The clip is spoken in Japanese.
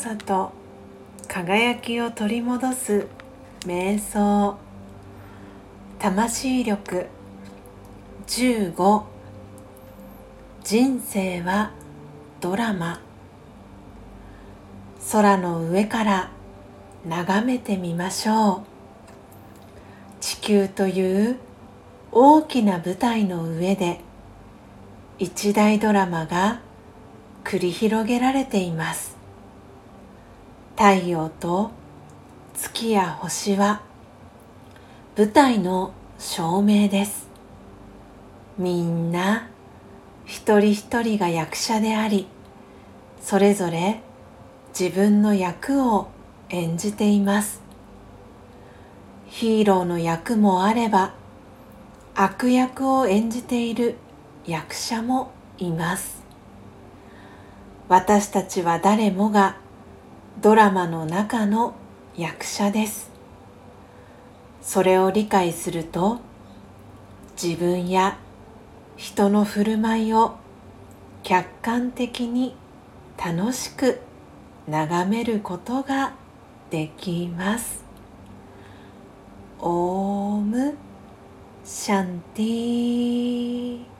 さと輝きを取り戻す瞑想。魂力15。人生はドラマ。空の上から眺めてみましょう。地球という大きな舞台の上で一大ドラマが繰り広げられています。太陽と月や星は舞台の照明です。みんな一人一人が役者であり、それぞれ自分の役を演じています。ヒーローの役もあれば、悪役を演じている役者もいます。私たちは誰もがドラマの中の役者です。それを理解すると、自分や人の振る舞いを客観的に楽しく眺めることができます。オームシャンティー。